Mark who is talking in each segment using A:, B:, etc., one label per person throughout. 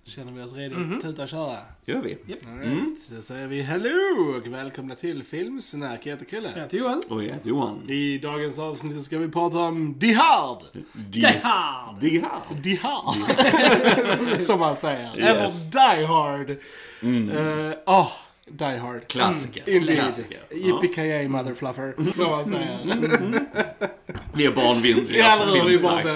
A: Känner vi oss redo? Tuta och köra.
B: Gör vi.
A: Yep. Right. Så säger vi hello och välkomna till Filmsnack. Jag heter Krille.
C: Jag heter Johan.
B: Och jag heter Johan.
A: I dagens avsnitt ska vi prata om Die Hard.
C: Die Hard.
B: Die Hard.
A: Die Hard. Som man säger.
B: Yes.
A: Eller Die Hard. Die Hard.
B: Klassiker.
A: Indeed.
B: Klassiker.
A: Yippee-ki-yay, motherfluffer. Som man säger.
B: Vi är barnvindliga
A: Ja,
B: på
A: det är
B: Filmsnack.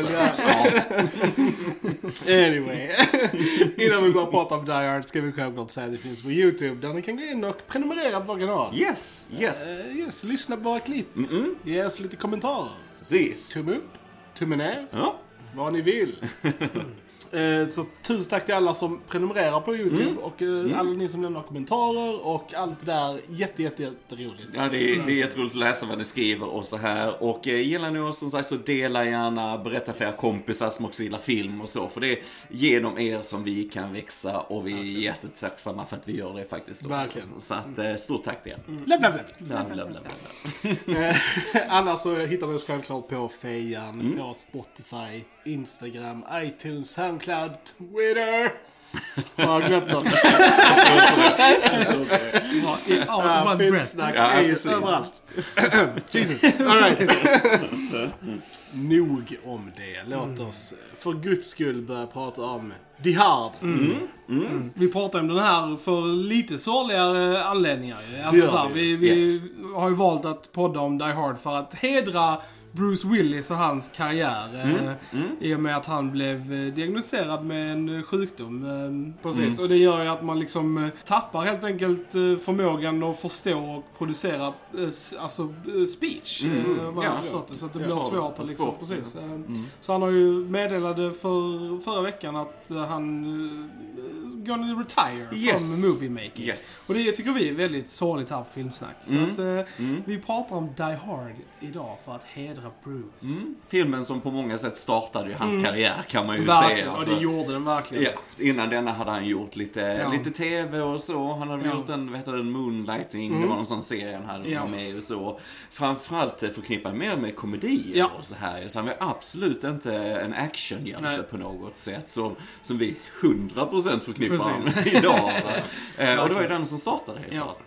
A: Anyway. Innan vi börjar prata om Die Hard ska vi självklart säga att det finns på YouTube där ni kan gå in och prenumerera på vår kanal.
B: Yes.
A: Yes, lyssna på våra klipp. Ge oss lite kommentarer.
B: Precis.
A: Tumme upp, tumme ner,
B: Ja.
A: vad ni vill. Så tusen tack till alla som prenumererar på YouTube och alla ni som lämnar kommentarer och allt det där. Jätteroligt.
B: Ja, det är jätteroligt att läsa vad ni skriver och så här. Och gillar ni oss som sagt så dela gärna, berätta för era kompisar som också gillar film och så. För det är genom er som vi kan växa och vi är jättetacksamma för att vi gör det faktiskt också.
A: Verkligen.
B: Så att stort tack till er.
A: Bla. Annars så hittar ni oss självklart på Fejan, på Spotify, Instagram, iTunes, Soundcloud, Twitter. Har jag glömt något? Filmsnack är ju överallt. Jesus. All right. Nog om det. Låt oss för guds skull börja prata om Die Hard.
C: Vi pratar om den här för lite sorgligare anledningar. Alltså, så här, vi har ju valt att podda om Die Hard för att hedra Bruce Willis och hans karriär i och med att han blev diagnostiserad med en sjukdom precis. Och det gör ju att man liksom tappar helt enkelt förmågan att förstå och producera alltså speech. Så att det blir svårt att liksom, precis. Så han har ju meddelade förra veckan att han gonna retire from movie making.
B: Yes.
C: Och det tycker vi är väldigt sorgligt här på Filmsnack. Så att vi pratar om Die Hard idag för att hedra Bruce.
B: Filmen som på många sätt startade ju hans karriär kan man ju
C: Verkligen,
B: säga.
C: och det gjorde den verkligen.
B: Ja, innan denna hade han gjort lite tv och så. Han hade gjort en Moonlighting, det var någon sån serie han hade med och så. Framförallt förknippad mer med komedier och så här. Så han var absolut inte en actionhjälte på något sätt som vi 100% förknippar med idag. Och det var ju den som startade helt klart.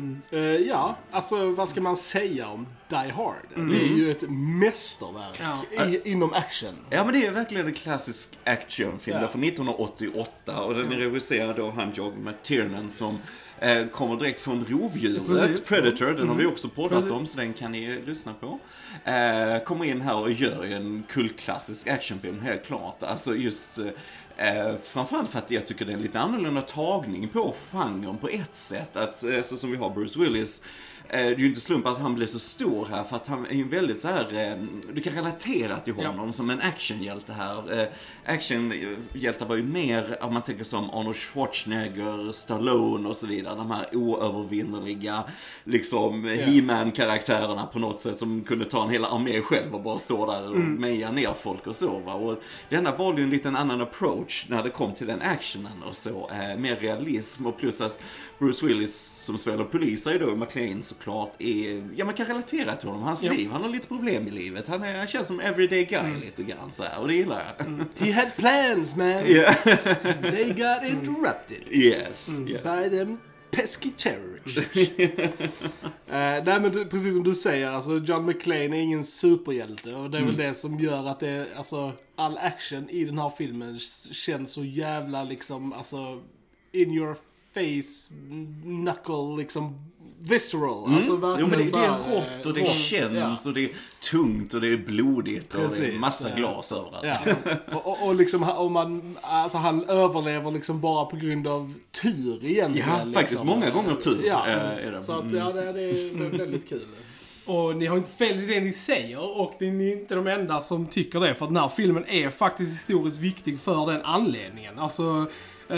A: Alltså vad ska man säga om Die Hard? Det är ju ett mästerverk inom action.
B: Ja, men det är verkligen en klassisk actionfilm från 1988 och den är regisserad av han Joe McTiernan som kommer direkt från rovdjuret Predator, den har vi också poddat om så den kan ni lyssna på. Kommer in här och gör en kultklassisk actionfilm helt klart. Alltså just framförallt för att jag tycker det är en lite annorlunda tagning på genren på ett sätt. Att, så som vi har Bruce Willis, det är ju inte slump att han blir så stor här för att han är ju väldigt så här du kan relatera till honom som en actionhjälte här. Actionhjältar var ju mer, om man tänker som Arnold Schwarzenegger, Stallone och så vidare, de här oövervinnerliga liksom He-Man-karaktärerna på något sätt som kunde ta en hela armé själv och bara stå där och meja ner folk och så, va? Och denna var ju en liten annan approach när det kom till den actionen och så, mer realism och plus att Bruce Willis som spelar poliser då, McClane såklart, man kan relatera till honom, hans liv. Han har lite problem i livet. Han känns som everyday guy lite grann så här, och det gillar jag.
A: He had plans, man. They got interrupted.
B: Yes.
A: By them pesky terrorists. Nej, men precis som du säger, alltså John McClane är ingen superhjälte och det är väl det som gör att det, alltså all action i den här filmen känns så jävla liksom, alltså in your face, knuckle, liksom visceral. Alltså verkligen.
B: Jo, men det är rått och det känns och det är tungt och det är blodigt och det är massa glas överallt.
A: Och liksom han överlever liksom bara på grund av tur egentligen.
B: Ja, faktiskt liksom. Många gånger tur.
A: Är det. Så att det är väldigt kul.
C: Och ni har inte fel i det ni säger och ni är inte de enda som tycker det, för att den här filmen är faktiskt historiskt viktig för den anledningen. Alltså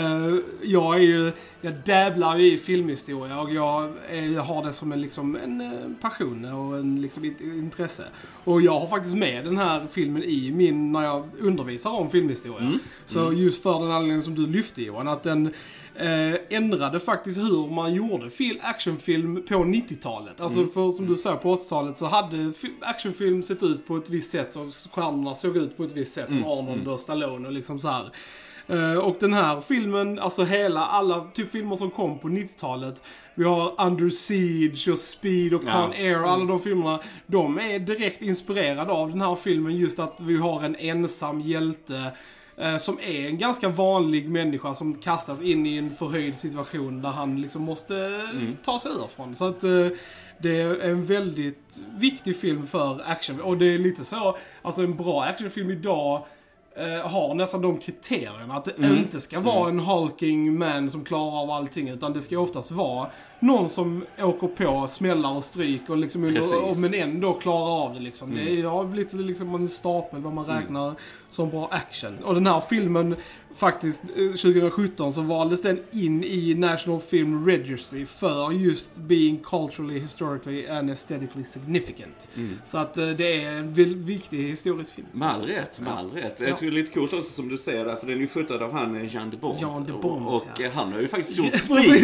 C: jag dabblar ju i filmhistoria och jag har det som en passion och en liksom ett intresse. Och jag har faktiskt med den här filmen när jag undervisar om filmhistoria. Så just för den anledningen som du lyfte, Johan, att den ändrade faktiskt hur man gjorde actionfilm på 90-talet. Alltså för som du sa, på 80-talet så hade actionfilm sett ut på ett visst sätt och stjärnorna såg ut på ett visst sätt som Arnold och Stallone och liksom så här. Och den här filmen, alltså alla typ filmer som kom på 90-talet, vi har Under Siege och Speed och Con Air och alla de filmerna, de är direkt inspirerade av den här filmen, just att vi har en ensam hjälte som är en ganska vanlig människa som kastas in i en förhöjd situation där han liksom måste ta sig ur från. Så att det är en väldigt viktig film för action. Och det är lite så, alltså en bra actionfilm idag har nästan de kriterierna att det inte ska vara en hulking man som klarar av allting, utan det ska oftast vara någon som åker på, smällar och stryk och liksom men ändå klarar av det liksom. Det är lite liksom en stapel vad man räknar som bra action. Och den här filmen faktiskt 2017 så valdes den in i National Film Registry för just being culturally, historically and aesthetically significant. Så att det är en viktig historisk film.
B: Med all rätt. Jag tycker det är lite coolt också som du säger där, för den är ju fotad av han Jan de Bont. Och han har ju faktiskt gjort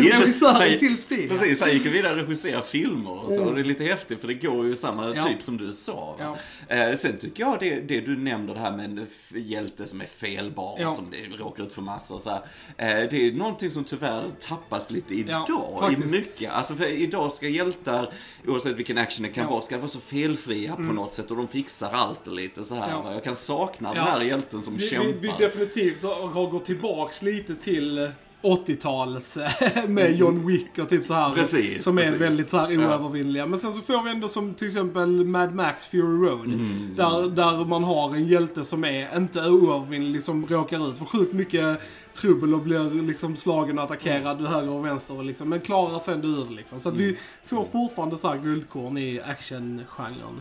B: Speed. Precis, han gick vidare och regisserar filmer och så. Och det är lite häftigt för det går ju samma typ som du sa. Sen tycker jag det du nämnde, det här med en hjälte som är felbar som det råkar ut för massor så här. Det är någonting som tyvärr tappas lite idag i mycket. Alltså för idag ska hjältar, oavsett vilken action det kan vara, ska vara så felfria på något sätt och de fixar allt och lite så här. Jag kan sakna den här hjälten som kämpar.
C: Vi definitivt har gått tillbaks lite till 80-tals med John Wick och typ så här.
B: Precis,
C: som är väldigt så här oövervinnliga. Men sen så får vi ändå som till exempel Mad Max Fury Road. Där man har en hjälte som är inte oövervinnlig, som råkar ut för sjukt mycket trubbel och blir liksom slagen och attackerad höger och vänster och liksom, men klarar sen ur liksom. Så att vi får fortfarande så här guldkorn i actiongenren.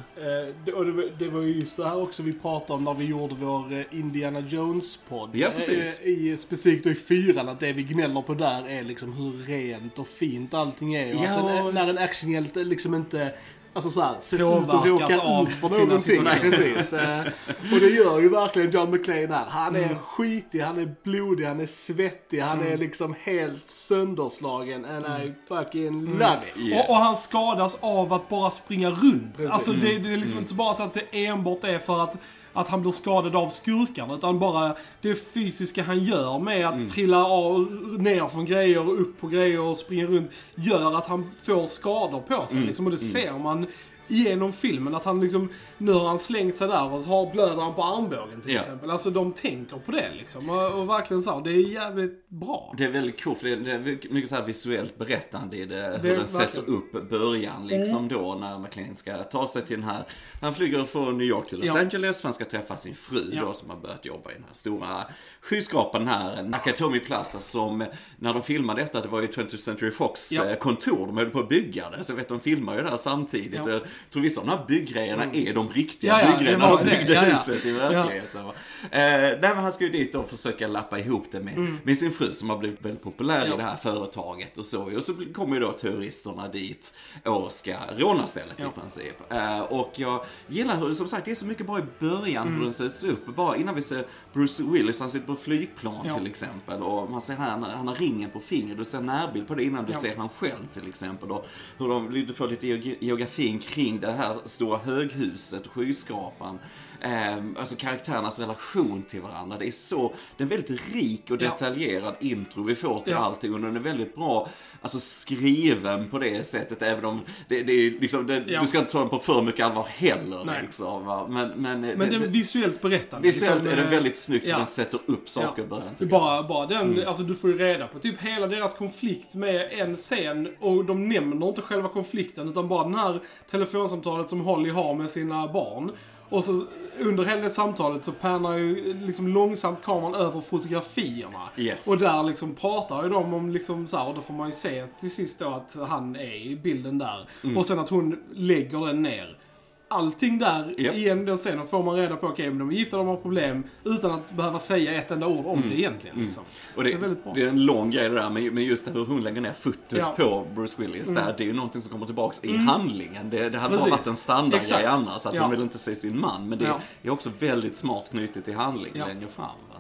C: Det var ju just det här också vi pratade om när vi gjorde vår Indiana Jones-podd.
B: Ja, precis.
C: Specifikt i 4, att det vi gnäller på där är liksom hur rent och fint allting är. Och att när en actionhjälte liksom inte alltså såhär, ser ut att råka ut för någonting. Precis. Och det gör ju verkligen John McClane här. Han är skitig, han är blodig, han är svettig, han är liksom helt sönderslagen. And I fucking love it.
B: Yes.
C: Och han skadas av att bara springa runt. Precis. Alltså det är liksom inte bara så att det enbart är för att han blir skadad av skurkarna, utan bara det fysiska han gör med att trilla ner från grejer och upp på grejer och springa runt gör att han får skador på sig liksom, och det ser man genom filmen, att han liksom, nu har han slängt sig där och så har blöder han på armbågen till exempel. Alltså de tänker på det liksom, och verkligen så, det är jävligt bra.
B: Det är väldigt coolt, för det är mycket så här visuellt berättande i det hur den sätter upp början liksom då när McClane ska ta sig till den här, han flyger från New York till Los Angeles för han ska träffa sin fru då, som har börjat jobba i den här stora skyskrapan här, Nakatomi Plaza, som när de filmade detta, det var ju 20th Century Fox kontor, de höll på att bygga det, så vet de filmar ju det här samtidigt. Jag tror vissa av de här byggrejerna är de riktiga byggrejerna de byggde huset i verkligheten. Nej, men han ska ju dit och försöka lappa ihop det med sin fru som har blivit väldigt populär i det här företaget och så. Och så kommer ju då terroristerna dit och ska råna stället i princip. Och jag gillar hur, som sagt, det är så mycket bara i början hur den sätts upp. Bara innan vi ser Bruce Willis, han sitter på flygplan till exempel, och man ser här, han har ringen på fingret, du ser närbild på det innan du ser han själv till exempel. Och hur du får lite geografin kring det här stora höghuset och skyskrapan. Alltså karaktärernas relation till varandra. Det är en väldigt rik och detaljerad intro vi får till allting, och den är väldigt bra alltså skriven på det sättet, även om det är liksom, du ska inte ta den på för mycket allvar heller liksom, va? Men det är
C: visuellt berättande.
B: Visuellt
C: liksom,
B: är den väldigt snyggt, den sätter upp saker i början.
C: Bara den, alltså du får ju reda på typ hela deras konflikt med en scen, och de nämner inte själva konflikten utan bara den här telefonsamtalet som Holly har med sina barn. Och så under hela samtalet så pannar ju liksom långsamt kameran över fotografierna.
B: Yes.
C: Och där liksom pratar ju de om liksom så här, och då får man ju se till sist då att han är i bilden där. Och sen att hon lägger den ner. Allting där igen den scenen får man reda på, okej, men de är gifta, de har problem, utan att behöva säga ett enda ord om det egentligen. Liksom.
B: Och det är väldigt bra. Det är en lång grej det där, men just hur hon lägger ner fotot på Bruce Willis där, det är ju någonting som kommer tillbaks i handlingen. Det hade bara varit en standardgrej annars, att hon vill inte se sin man, men det är också väldigt smart knutet till handlingen längre fram. Va?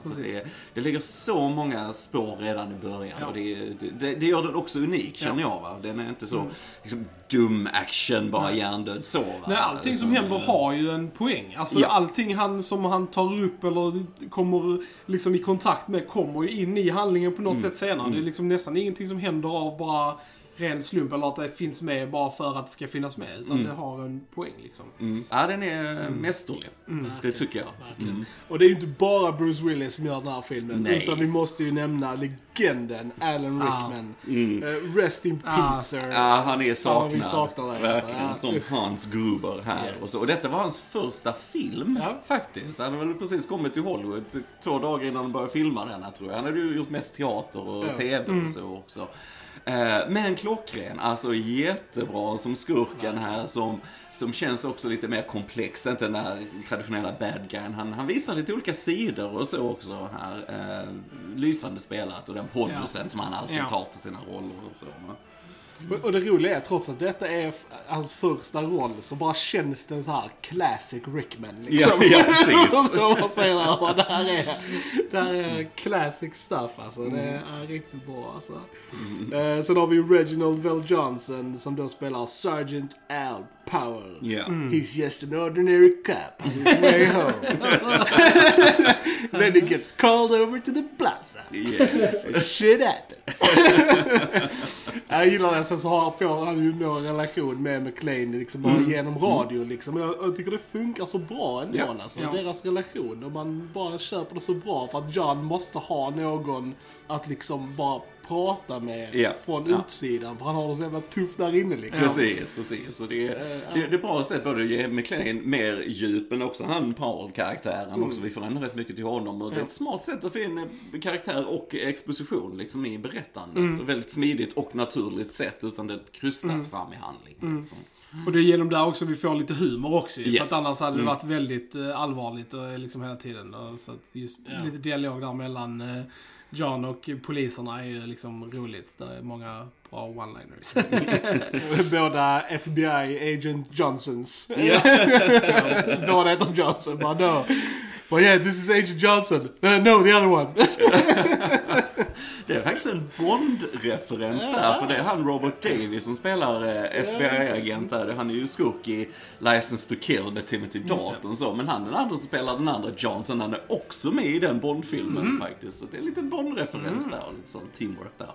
B: Alltså det ligger så många spår redan i början. Och det gör den också unik, känner jag. Va? Den är inte så liksom, dum action, bara hjärndöd så. Va?
C: Nej, allting som händer har ju en poäng. Alltså allting som han tar upp eller kommer liksom i kontakt med kommer ju in i handlingen på något sätt senare. Det är liksom nästan ingenting som händer av bara ren slump eller att det finns med bara för att det ska finnas med, utan det har en poäng liksom.
B: Ja, den är mästerlig. Det tycker jag.
A: Och det är ju inte bara Bruce Willis som gör den här filmen.
B: Nej.
A: Utan vi måste ju nämna legenden Alan Rickman. Rest in peace, sir.
B: Ja, han är saknad.
A: Vi saknar det.
B: Verkligen,
A: alltså.
B: som Hans Gruber här.
A: Yes.
B: Och detta var hans första film, faktiskt. Han hade väl precis kommit till Hollywood 2 dagar innan han började filma denna, tror jag. Han hade ju gjort mest teater och tv och så också. Men klockren, alltså jättebra som skurken här, som känns också lite mer komplex, inte den där traditionella bad guyen. Han visar lite olika sidor och så också här. Lysande spelat och den pondusen som han alltid tar till sina roller och så.
A: Och det roliga är, trots att detta är hans första roll, så bara känns den så här classic Rickman liksom.
B: Ja, precis.
A: Så man säger att det här är classic stuff alltså. Det är riktigt bra alltså. Sen har vi Reginald Vel Johnson som då spelar Sergeant Al Powell. He's just an ordinary cop on his way home. Then he gets called over to the plaza.
B: Yes.
A: Shit happens. Jag gillar det. Sen så får han ju någon relation med McClane liksom bara genom radio liksom. Jag tycker det funkar så bra ändå alltså. Deras relation. Och man bara köper det så bra för att John måste ha någon att liksom bara prata med från utsidan, för han har det så jävla tufft där inne liksom.
B: Precis. Och det är bra sätt både att ge McClane mer djup, men också han Paul-karaktären också. Vi får ändå rätt mycket till honom. Och det är ett smart sätt att få in karaktär och exposition liksom i berättandet. Och väldigt smidigt och naturligt sätt, utan det krystas fram i handling.
C: Och det är genom där också vi får lite humor också. För att annars hade det varit väldigt allvarligt liksom hela tiden. Så att just lite dialog där mellan John och poliserna är ju liksom roligt. Det är många bra one-liners.
A: Båda FBI Agent Johnsons. Båda heter Johnson. Bara no. But yeah, this is Agent Johnson. No, the other one.
B: Det är faktiskt en Bond-referens där, för det är han Robert Davis som spelar FBI-agent där. Han är ju skurk i License to Kill med Timothy Dalton så, men han den andra som spelar den andra Johnson, han är också med i den Bond-filmen faktiskt. Så det är lite Bond-referens där och lite sån teamwork där.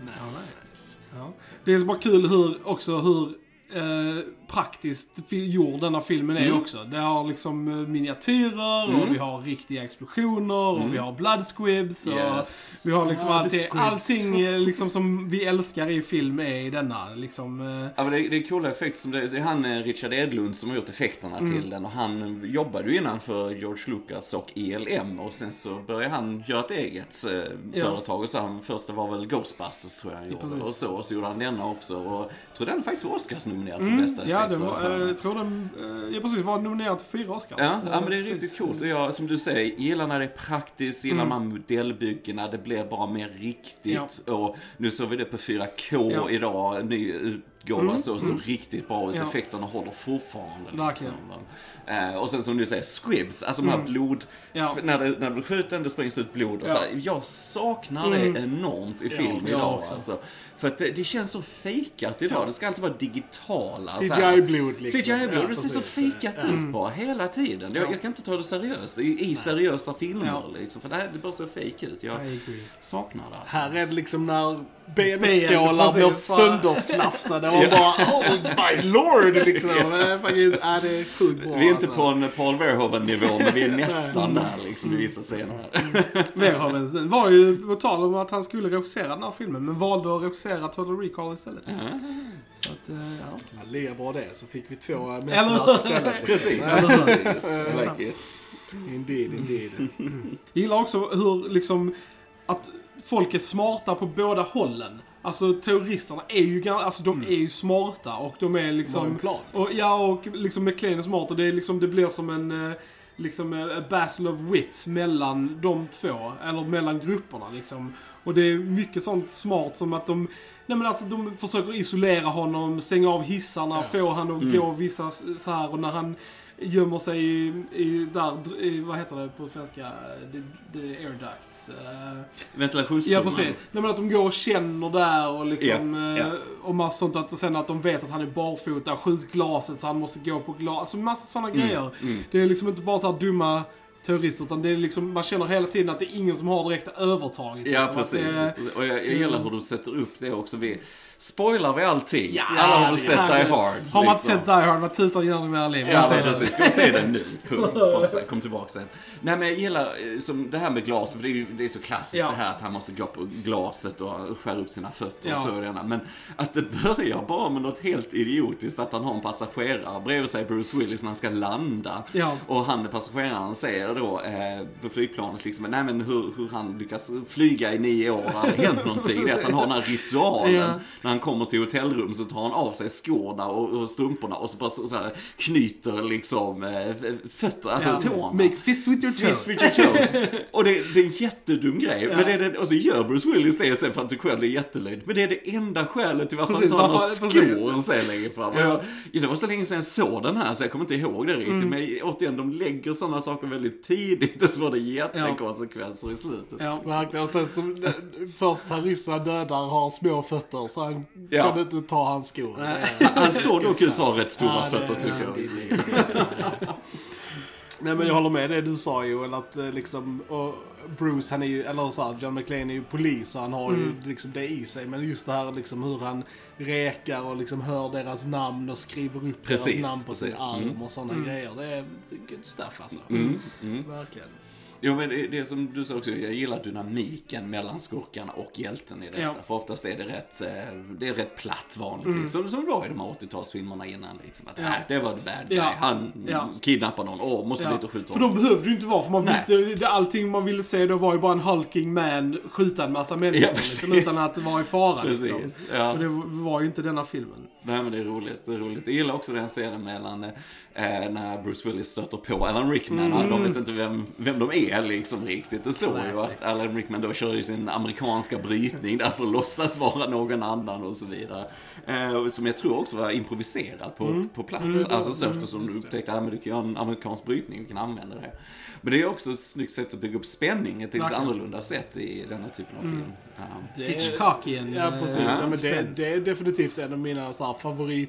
C: Ja. Det är så bara kul hur praktiskt gjord denna filmen är också. Det har liksom miniatyrer och vi har riktiga explosioner och vi har blood squibs och vi har liksom allting liksom som vi älskar i film är i denna liksom.
B: Ja, men det är coola effekter som det är han Richard Edlund som har gjort effekterna till den, och han jobbade ju innan för George Lucas och ELM, och sen så började han göra ett eget företag, och så han första var väl Ghostbusters tror jag gjorde, och så gjorde han denna också, och jag tror den faktiskt var Oscars-nominerad för bästa effekter.
C: Ja, jag tror den var nominerad till 4 Oscars.
B: Ja, men det är riktigt coolt. Och jag, som du säger, gillar när det är praktiskt, gillar man modellbyggena, det blir bara mer riktigt. Och nu såg vi det på 4K idag, ny utgåva, så riktigt bra ut. Effekterna håller fortfarande. Liksom. Och sen som du säger, squibs, alltså de här blod, när du skjuter det sprängs ut blod och så här. Jag saknar det enormt i film idag. Alltså. För att det känns så fejkat idag. Det ska alltid vara digitala.
A: CGI-blod liksom.
B: CGI-blod, det ser så fejkat ut bara hela tiden. Jag kan inte ta det seriöst i seriösa filmer liksom. För det bara ser fejk ut. Jag saknar det alltså.
A: Här är det liksom när benskålar blir sönderslafsade och bara oh my lord liksom. Det är sjukt bra.
B: Vi är inte på en Paul Verhoeven-nivå, men vi är nästan där liksom i vissa scener.
C: Verhoeven var ju på tal om att han skulle regissera den här filmen, men valde att regissera Total Recall istället. Så att,
A: ja. Lea bra det, så fick vi 2 mästare istället.
B: Precis.
A: Indeed.
C: Jag gillar också hur liksom att folk är smarta på båda hållen. Alltså terroristerna är ju är ju smarta och de är liksom och liksom McClane är smart, och det är liksom det blir som en liksom a battle of wits mellan de två, eller mellan grupperna liksom. Och det är mycket sånt smart som att de försöker isolera honom, stänga av hissarna, få han att gå vissa så här, och när han gömmer sig i vad heter det på svenska? The air ducts.
B: Ventilationsströmmar.
C: Ja, precis. Nej, men att de går och känner där och liksom och massa sånt, att sen att de vet att han är barfota, skjut glaset så han måste gå på glas. Alltså massa sådana grejer. Det är liksom inte bara så här dumma terrorister, utan det är liksom, man känner hela tiden att det är ingen som har direkt övertaget.
B: Ja,
C: liksom,
B: precis. Och jag gillar hur du sätter upp det också. Spoilar vi allting?
C: Ja,
B: alla har väl sett Die Hard.
C: Har man inte sett Die Hard, vad tusan gör ni med era liv?
B: Ja, precis. Ska vi se den nu? Kom tillbaka sen. Nej, men jag gillar som det här med glaset, för det är så klassiskt det här att han måste gå på glaset och skära upp sina fötter och så är det. Men att det börjar bara med något helt idiotiskt, att han har en passagerare bredvid sig, Bruce Willis, när han ska landa. Ja. Och passageraren säger då på flygplanet liksom, nej men hur han lyckas flyga i 9 år, har det hänt någonting? Det är att han har den här ritualen. När han kommer till hotellrum så tar han av sig skorna och strumporna och så bara så här knyter liksom fötter, alltså tårna.
C: Make fist with your toes.
B: Och det är en jättedum grej. Men och så gör Bruce Willis det sen för att du själv är jättelöjd. Men det är det enda skälet till varför han inte har några skor sen längre fram. Det var så länge sedan jag såg den här så jag kommer inte ihåg det riktigt. Men återigen, de lägger sådana saker väldigt tidigt och så var det jättekonsekvenser i slutet.
A: Ja, verkligen. Och sen som först terroristerna dödar har små fötter så han kan inte ta hans skor.
B: Han såg dock ut att ha rätt stora fötter tycker jag.
A: Nej, men jag håller med det du sa ju, att liksom, och Bruce han är ju, eller så här, John McClane är ju polis och han har ju liksom det i sig, men just det här liksom hur han rekar och liksom hör deras namn och skriver upp deras namn på sin arm och sådana grejer, det är good stuff alltså. Verkligen.
B: Jo, men det är som du sa också, jag gillar dynamiken mellan skurkarna och hjälten i detta. Ja. För oftast är det rätt platt vanligtvis. Som det var i de här 80-talsfilmerna innan. Liksom, att det var the bad guy. Han kidnappar någon. Måste dit och skjuta
C: honom. För de behövde ju inte vara, för man visste, allting man ville se då var ju bara en hulking man skjuta en massa människor. Liksom, utan att det var i fara. Liksom. Och det var ju inte denna filmen.
B: Nej, men det är roligt. Jag gillar också den scenen mellan när Bruce Willis stöter på Alan Rickman. De vet inte vem de är liksom riktigt. Det så ju att Alan Rickman då kör ju sin amerikanska brytning därför att låtsas vara någon annan och så vidare. Som jag tror också var improviserad på plats. Alltså så eftersom du upptäckte att du kan göra en amerikansk brytning och kan använda det. Men det är också ett snyggt sätt att bygga upp spänning, ett lite annorlunda sätt i denna typen av film.
C: Hitchcockian.
A: Ja, precis. Ja, men det är definitivt en av mina så här,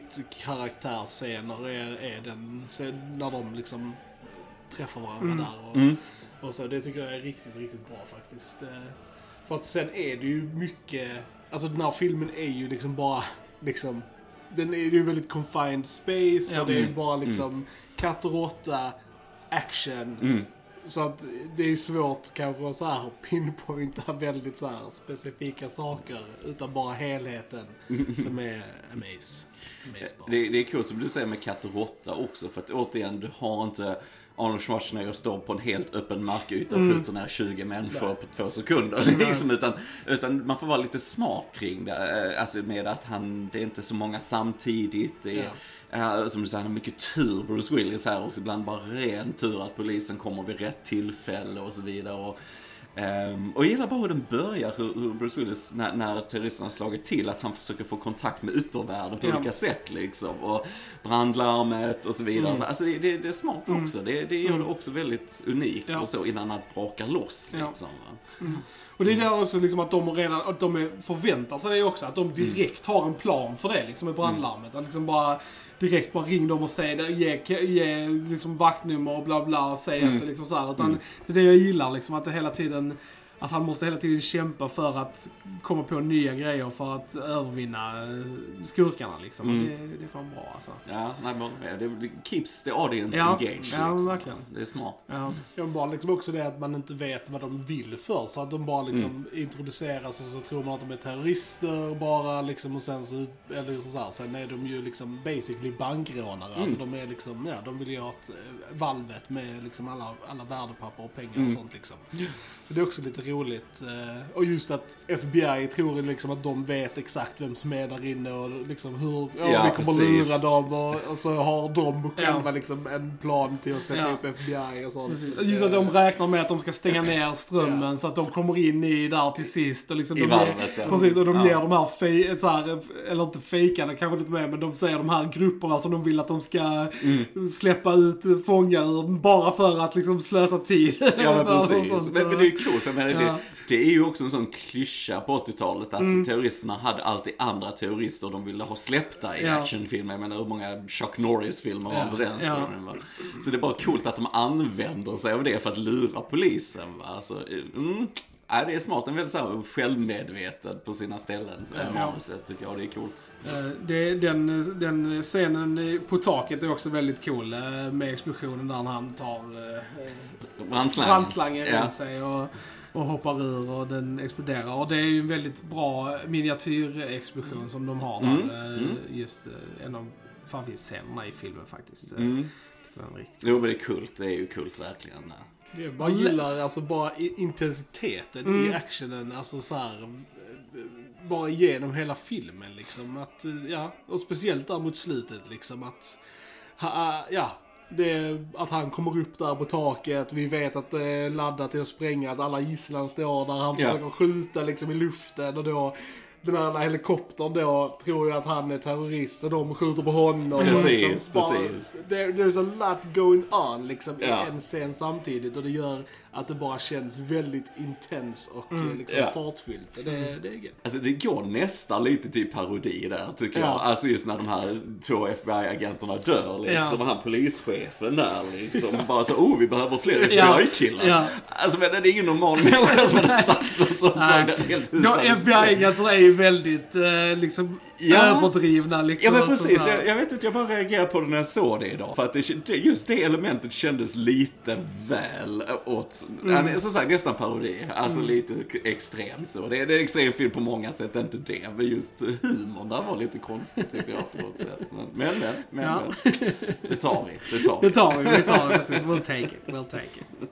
A: favoritkaraktärsscener är den när de liksom träffar varandra där. Och så, det tycker jag är riktigt, riktigt bra faktiskt. För att sen är det ju mycket, alltså den här filmen är ju liksom bara liksom, den är ju väldigt confined space och det är ju bara liksom katt och råtta action. Så att det är svårt kanske så här pinpointa väldigt så här specifika saker utan bara helheten som är amaze.
B: Det är kul som du säger med katt och råtta också, för att återigen du har inte Arnold Schwarzenegger står på en helt öppen markyta och skjuter ner 20 människor på 2 sekunder. Liksom, utan man får vara lite smart kring det. Alltså med att det är inte så många samtidigt. Som du säger, han har mycket tur, Bruce Willis här också. Ibland bara ren tur att polisen kommer vid rätt tillfälle och så vidare. Och jag gillar bara hur den börjar, hur Bruce Willis när terroristerna slagit till, att han försöker få kontakt med yttervärlden på olika sätt liksom, och brandlarmet och så vidare. Alltså det är smart också, det gör det också väldigt unikt och så innan han brakar loss liksom.
C: Och det är där också liksom att de förväntar sig det också, att de direkt har en plan för det liksom med brandlarmet, att liksom bara direkt bara ring dem och säg det, ge liksom vaktnummer och bla bla och säga att det liksom så här, utan det är det jag gillar liksom, att det hela tiden, att han måste hela tiden kämpa för att komma på nya grejer för att övervinna skurkarna liksom. Och det är fan bra alltså.
B: Ja, nej, det keeps the audience engaged liksom.
C: Ja, verkligen.
B: Det är smart.
A: Ja, bara liksom också det att man inte vet vad de vill för, så att de bara liksom introduceras och så tror man att de är terrorister bara liksom, och sen så eller så här, sen är de ju liksom basically bankrånare. Alltså de är liksom, de vill ju ha ett valvet med liksom alla värdepapper och pengar och sånt liksom. Så det är också lite roligt. Och just att FBI tror liksom att de vet exakt vem som är där inne och liksom hur vi kommer lura dem och så har de själva liksom en plan till att sätta upp FBI och sånt.
C: Precis. Just att de räknar med att de ska stänga ner strömmen så att de kommer in i där till sist och liksom
B: i valvet.
C: Precis, och de ger de här så här, eller inte fejkade kanske inte med, men de säger de här grupperna som de vill att de ska släppa ut fångar ur bara för att liksom slösa tid.
B: Ja, men precis. Men det är ju coolt, för det är ju också en sån klyscha på 80-talet att terroristerna hade alltid andra terrorister de ville ha släppta i actionfilmer. Jag menar hur många Chuck Norris-filmer var på den filmen, va? Så det är bara coolt att de använder sig av det för att lura polisen, va? Alltså, det är smart, en väldigt så här självmedveten på sina ställen. Manuset tycker jag, det är coolt.
C: Den scenen på taket är också väldigt cool med explosionen där han tar brandslangen runt sig och hoppar ur och den exploderar. Och det är ju en väldigt bra miniatyrexplosion som de har där. Just en av favoritscenerna i filmen faktiskt.
B: Jo, men det är kult. Det är ju kult verkligen.
A: Jag bara gillar alltså bara intensiteten i actionen, alltså så här, bara genom hela filmen liksom, att och speciellt där mot slutet liksom, att att han kommer upp där på taket, vi vet att det är laddat till att spränga, att alla gisslan står där, han försöker skjuta liksom i luften och då den här helikoptern då tror jag att han är terrorist och de skjuter på honom.
B: Precis.
A: There's a lot going on liksom i en scen samtidigt och det gör att det bara känns väldigt intens och liksom fartfyllt. Det är gött.
B: Alltså det går nästan lite till parodi där tycker jag. Alltså just när de här 2 FBI-agenterna dör liksom, och han polischefen där liksom bara så, vi behöver fler FBI-killar. Alltså men det är ingen normal människa som hade sagt något sånt.
C: FBI-agenterna är ju väldigt liksom överdrivna liksom.
B: Ja men precis, jag vet inte, jag bara reagerar på det när jag såg det idag. För att just det elementet kändes lite väl åt, som sagt nästan parodi. Alltså lite extremt så. Det är en extrem film på många sätt, inte det. Men just humorn där var lite konstigt tycker jag på något sätt. Men det tar vi.
C: We'll take it.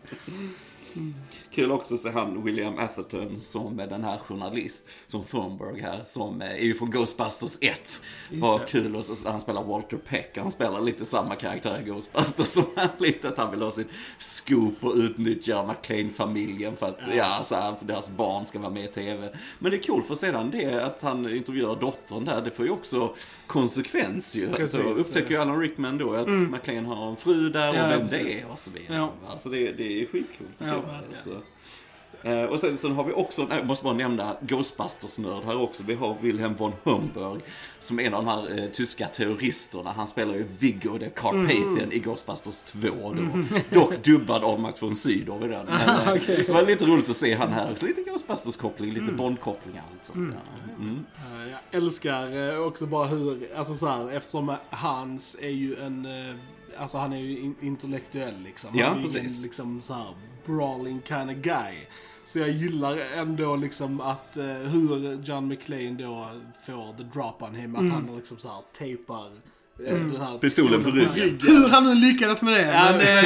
B: Kul också att se han William Atherton som är den här journalist som Thornburg här, som är ju från Ghostbusters 1. Var kul, och så han spelar Walter Peck. Han spelar lite samma karaktär i Ghostbusters som han lite, att han vill ha sin scoop och utnyttja McClane-familjen för att för deras barn ska vara med i TV. Men det är kul för sedan det att han intervjuar dottern där, det får ju också konsekvens ju. Precis, så upptäcker ju Alan Rickman då att McClane har en fru där och vem det är och så vidare. Ja. Alltså det är skitcoolt tycker jag. Alltså. Och sen har vi också, jag måste bara nämna Ghostbusters-nörd här också. Vi har Wilhelm von Homburg som är en av de här tyska terroristerna. Han spelar ju Viggo the Carpathian i Ghostbusters 2 då. Dock dubbad av Max von Sydow i den. Det var lite roligt att se han här också. Lite Ghostbusters-koppling, lite Bond-koppling och allt sånt.
A: Jag älskar också bara hur, alltså så här, eftersom Hans är ju en, alltså han är ju intellektuell liksom. Han är ju ingen liksom så här brawling kind of guy. Så jag gillar ändå liksom att hur John McClane då får the drop on him, att han liksom så här tejpar den här
B: pistolen på ryggen.
C: Hur han nu lyckades med det.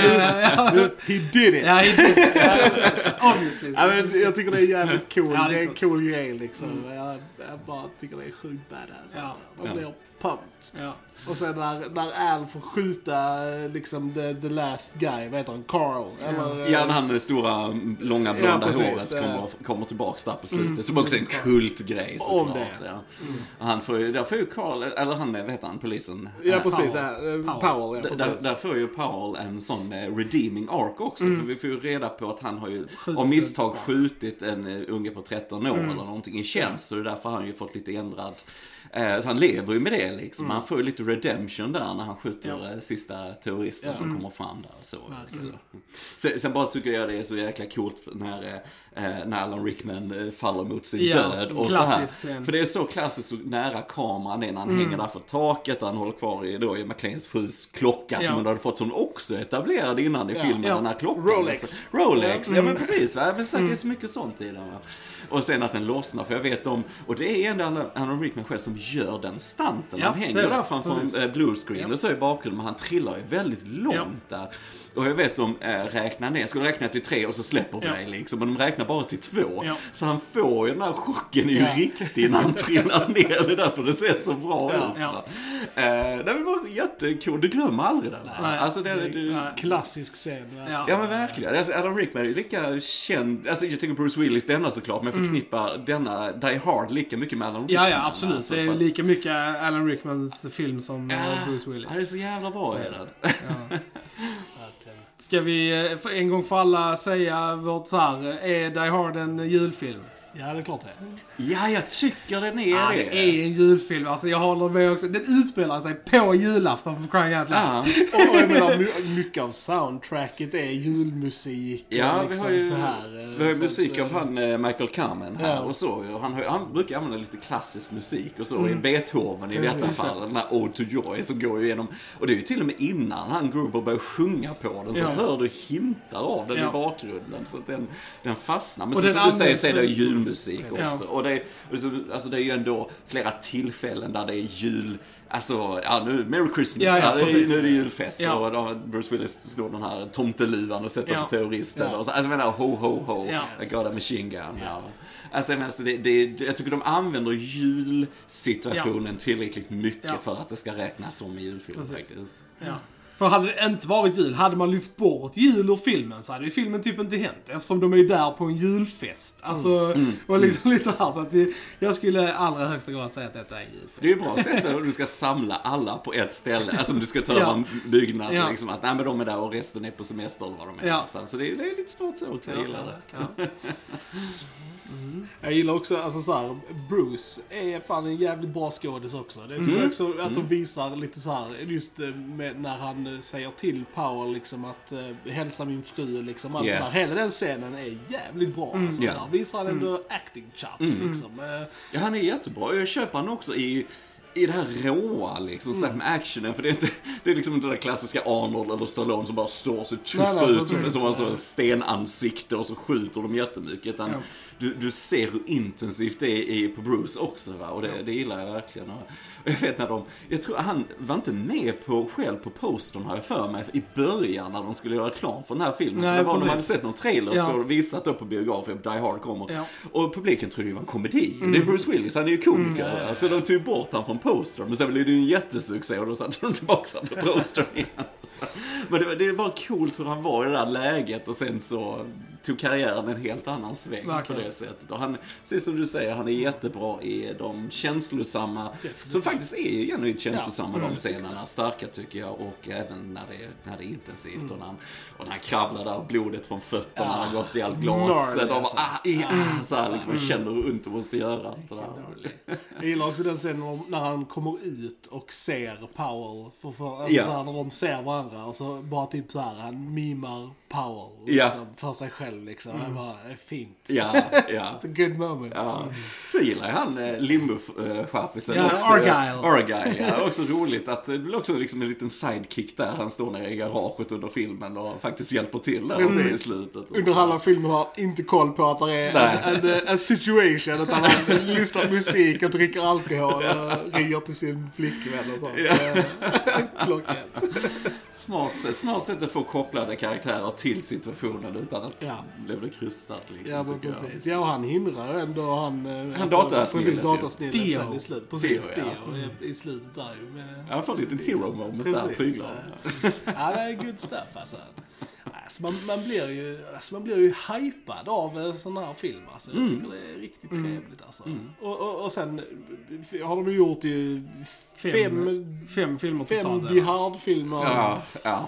A: He did it.
C: Obviously.
A: Men jag tycker det är jävligt cool. Det är en cool grej liksom. Jag bara tycker det är sjukt badass. Man blir pumped. Och sen när Al får skjuta liksom the last guy, vad heter han? Carl? Eller,
B: han med stora, långa blonda håret kommer tillbaks där på slutet. Som också är en kultgrej såklart. Han får ju, där får ju Carl, eller han, vad heter han, polisen?
A: Ja, precis. Powell.
B: Där får ju Powell en sån redeeming arc också. För vi får ju reda på att han har ju av misstag skjutit en unge på 13 år eller någonting i tjänst. Så det är därför han ju fått lite ändrad. Så han lever ju med det liksom. Han får ju lite redemption där när han skjuter sista terroristen som kommer fram där. Så. Sen bara tycker jag det är så jäkla coolt när Alan Rickman faller mot sin död. Och så här. För det är så klassiskt så nära kameran är när han hänger där för taket. Han håller kvar i McClanes frus klocka som hon hade fått, som också etablerad innan i filmen. Den här klockan. Rolex. Ja men precis. Va? Men så det är så mycket sånt i den. Va? Och sen att den lossnar, för jag vet om, och det är ändå Alan Rickman själv som gör den stanten. Han hänger där framför blue screen och så i bakgrunden, men han trillar ju väldigt långt där. Och jag vet om räknar ner, skulle räkna till 3 och så släpper det liksom. Och de räknar bara till 2.
C: Ja.
B: Så han får ju den här chocken ju riktigt när han trillar ner. Det är därför det ser så bra ut.
C: Ja.
B: Det var jättekul. Du glömmer aldrig den.
C: Nej.
B: Alltså,
A: klassisk scen.
C: Ja.
B: Ja, men verkligen. Alltså, Alan Rickman är lika känd. Alltså, jag tycker Bruce Willis denna såklart, men jag förknippar denna Die Hard lika mycket med Alan Rickman.
C: Ja, absolut.
B: Alltså,
C: det är lika mycket Alan Rickmans film som Bruce Willis.
B: Ja, det är så jävla bra i den.
C: Ska vi för en gång för alla säga vårt så här, är Die Hard en julfilm?
A: Ja, det är klart det.
B: Ja, jag tycker den är
C: Ja, det är en julfilm. Alltså, jag håller med också. Den utspelar sig på julafton för crying out loud.
A: Och jag menar, mycket av soundtracket är julmusik.
B: Ja,
A: och liksom
B: vi har ju
A: så här,
B: vi har
A: så
B: musik
A: att,
B: av han Michael Kamen här och så. Och han brukar använda lite klassisk musik och så. I Beethoven i detta fall. Den här Ode to Joy som går ju igenom. Och det är ju till och med innan han Gruber börjar sjunga på den så hör du hintar av den i bakgrunden. Så att den fastnar. Men sen som du säger så är det julmusik också. Och det är ju ändå flera tillfällen där det är jul. Alltså, nu Merry Christmas. Nu är det julfest. Och då Bruce Willis slår den här tomteluvan och sätter på terroristen. Och så, alltså, jag menar, ho, ho, ho. I got a machine gun. Alltså, jag menar, jag tycker de använder julsituationen tillräckligt mycket för att det ska räknas som julfilm faktiskt.
C: Ja. För hade det inte varit jul, hade man lyft bort jul ur filmen så hade ju filmen typ inte hänt. Eftersom de är ju där på en julfest. Alltså, och liksom lite här så att jag skulle allra högsta grad säga att detta är en julfest.
B: Det är ju bra sätt att du ska samla alla på ett ställe. Alltså om du ska ta över en byggnad liksom, att nej, men de är där och resten är på semester eller vad de är någonstans. Så det är lite svårt så också, jag gillar det.
A: Jag gillar också, alltså så här, Bruce är fan en jävligt bra skådis också. Det tror jag också att de visar lite så här, just med, när han säger till Powell liksom att hälsa min fru liksom, allt där. Hela den scenen är jävligt bra. Alltså, där visar han ändå acting chops liksom.
B: Ja, han är jättebra. Jag köper han också i det här råa liksom, sagt med actionen, för det är liksom det där klassiska Arnold eller Stallone som bara står så tuff ut som en stenansikte och så skjuter de jättemycket. Utan du ser hur intensivt det är på Bruce också, va? Och det gillar jag verkligen. Och jag vet när jag tror han var inte med själv på postern, har jag för mig, i början när de skulle göra reklam för den här filmen. Nej, för de hade sett någon trailer och visat upp på biografer att Die Hard kommer. Ja. Och publiken trodde det var en komedi. Det är Bruce Willis, han är ju komiker. Så de tog bort han från postern. Men sen blev det ju en jättesuccé och då satte de tillbaka på postern igen. Men det var coolt hur han var i det där läget och sen så tog karriären en helt annan sväng på det sättet. Och han, precis som du säger, han är jättebra i de känslosamma, som faktiskt är genuint känslosamma, de scenerna. Starka tycker jag, och även när det är intensivt och när han kravlar där och blodet från fötterna har gått i allt glaset och så här, liksom, man känner hur ont det måste göra.
A: Jag gillar också den scenen när han kommer ut och ser Powell så här, när de ser varandra och så bara typ så här, han mimar Powell liksom, för sig själv liksom. Det var fint. It's a good moment.
B: Så gillar han limbo-chaffisen också. Argyle. Också roligt att det blir också liksom en liten sidekick där. Han står nere i garaget under filmen och faktiskt hjälper till där i slutet.
A: Under halva filmen har inte koll på att det är en situation, utan han lyssnar musik och dricker alkohol och ringer till sin flickvän och sånt. Klockrent.
B: Smart sätt att få kopplade karaktärer till situationen utan att bli det krystat liksom.
A: Ja, men precis. Ja, och han hindrar ändå han
B: datasnillet
A: sen i slutet. Precis, i slutet där ju.
B: Jag får en liten hero moment där, pryglar.
A: Ja, det är good stuff alltså. Alltså, man blir ju hypad av sån här film alltså. Jag tycker det är riktigt trevligt alltså. Och sen har de gjort ju fem filmer totalt. 5 Die Hard-filmer.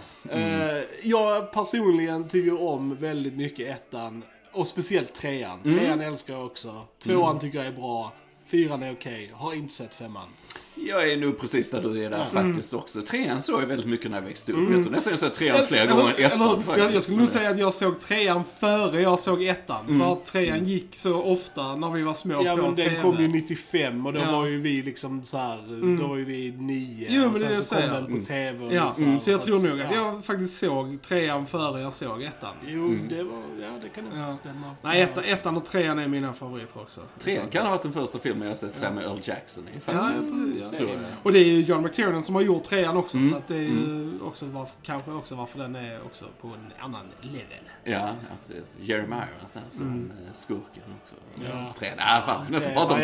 A: Jag personligen tycker om väldigt mycket ettan och speciellt trean. Trean älskar jag också. Tvåan tycker jag är bra. 4 är okej. Har inte sett 5:an.
B: Jag är nog precis där du är där faktiskt också. 3:an såg jag väldigt mycket när jag växte upp. Jag tror nästan jag såg 3:an flera gånger.
C: Jag skulle nog säga att jag såg 3:an före jag såg 1:an. För att 3:an gick så ofta när vi var små på
A: men
C: TV.
A: Den kom ju 95 och då var ju vi liksom så här, då var ju vi 9.
C: Jo, men
A: och sen
C: det
A: så kom den på TV. Och
C: så jag tror nog att jag faktiskt såg 3:an före jag såg 1:an.
A: Jo, det kan nog stämma.
C: Nej, 1:an och 3:an är mina favoriter också.
B: 3:an kan ha varit den första filmen jag sett Samuel L. Jackson i faktiskt.
A: serien.
C: Och det är ju John McTiernan som har gjort 3:an också. Så att det är ju också kanske också varför den är också på en annan level.
B: Ja, precis. Jeremy Irons där som skurken också.
A: Ja.
B: 3. Nej, fan. Vi nästan prata om 3.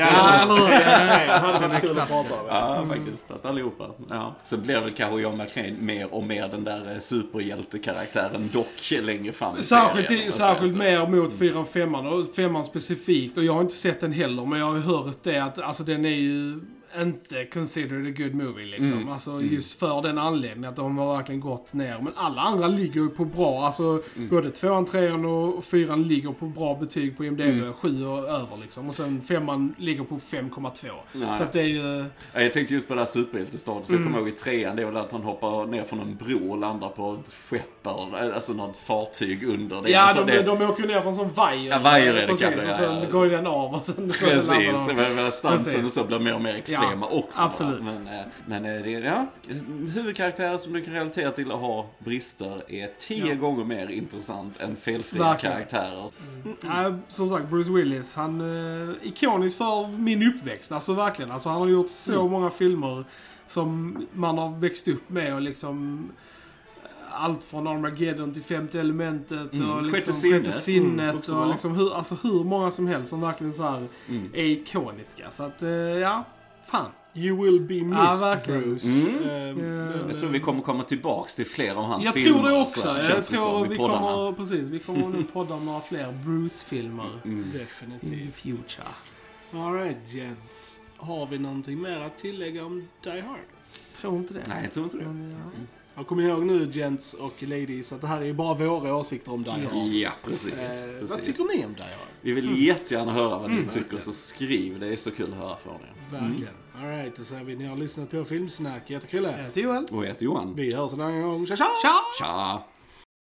A: Det är kul att prata om.
B: Ja, faktiskt. Att allihopa. Ja. Så blir väl kanske John McClane mer och mer den där superhjältekaraktären dock längre fram i serien.
C: Särskilt mer mot 4 och 5:an och 5:an specifikt. Och jag har inte sett den heller, men jag har hört det att alltså den är ju inte considered a good movie liksom. Alltså just för den anledningen att de har verkligen gått ner. Men alla andra ligger ju på bra. Alltså både 2:an, 3:an och 4:an ligger på bra betyg på IMDb. 7 och över liksom. Och sen 5:an ligger på 5,2. Så att det är ju...
B: Jag tänkte just på det här superhjältestadiet. För jag kommer ihåg i 3:an, det är väl att han hoppar ner från en bro och landar på ett skepp. Alltså något fartyg under det.
C: Ja,
B: alltså
C: de åker ner från sån vajer.
B: Ja, vajer är det
C: precis,
B: kanske.
C: Och sen går den av och sen...
B: Precis, men stansen så blir mer och mer extrema också.
C: Absolut.
B: Men huvudkaraktärer som du kan relatera till att ha brister är 10 gånger mer intressant än felfria karaktärer.
C: Som sagt, Bruce Willis, han är ikonisk för min uppväxt. Alltså verkligen. Alltså, han har gjort så många filmer som man har växt upp med och liksom... Allt från Armageddon till 5:e elementet och liksom Sjätte sinnet och liksom hur många som helst som verkligen så här är ikoniska. Så att fan.
A: You will be missed, Bruce.
B: Jag tror vi kommer komma tillbaks till fler av hans
C: filmer.
B: filmer.
C: Jag tror det också. Jag tror vi kommer nu podda några fler Bruce-filmer.
A: Definitivt.
C: In the future.
A: All right, gents. Har vi någonting mer att tillägga om Die Hard?
C: Tror inte det.
B: Nej, jag tror inte det.
A: Jag kommer ihåg nu, gents och ladies, att det här är bara våra åsikter om Die Hard.
B: Ja, precis.
A: Vad tycker ni om Die Hard?
B: Vi vill jättegärna höra vad ni tycker, så skriv. Det är så kul att höra från er.
A: Verkligen. All right, då säger vi ni har lyssnat på Filmsnack. Jag heter Krille.
C: Jag heter Joel.
B: Och jag heter Johan.
A: Vi hörs en annan gång. Tja, tja!
B: Tja!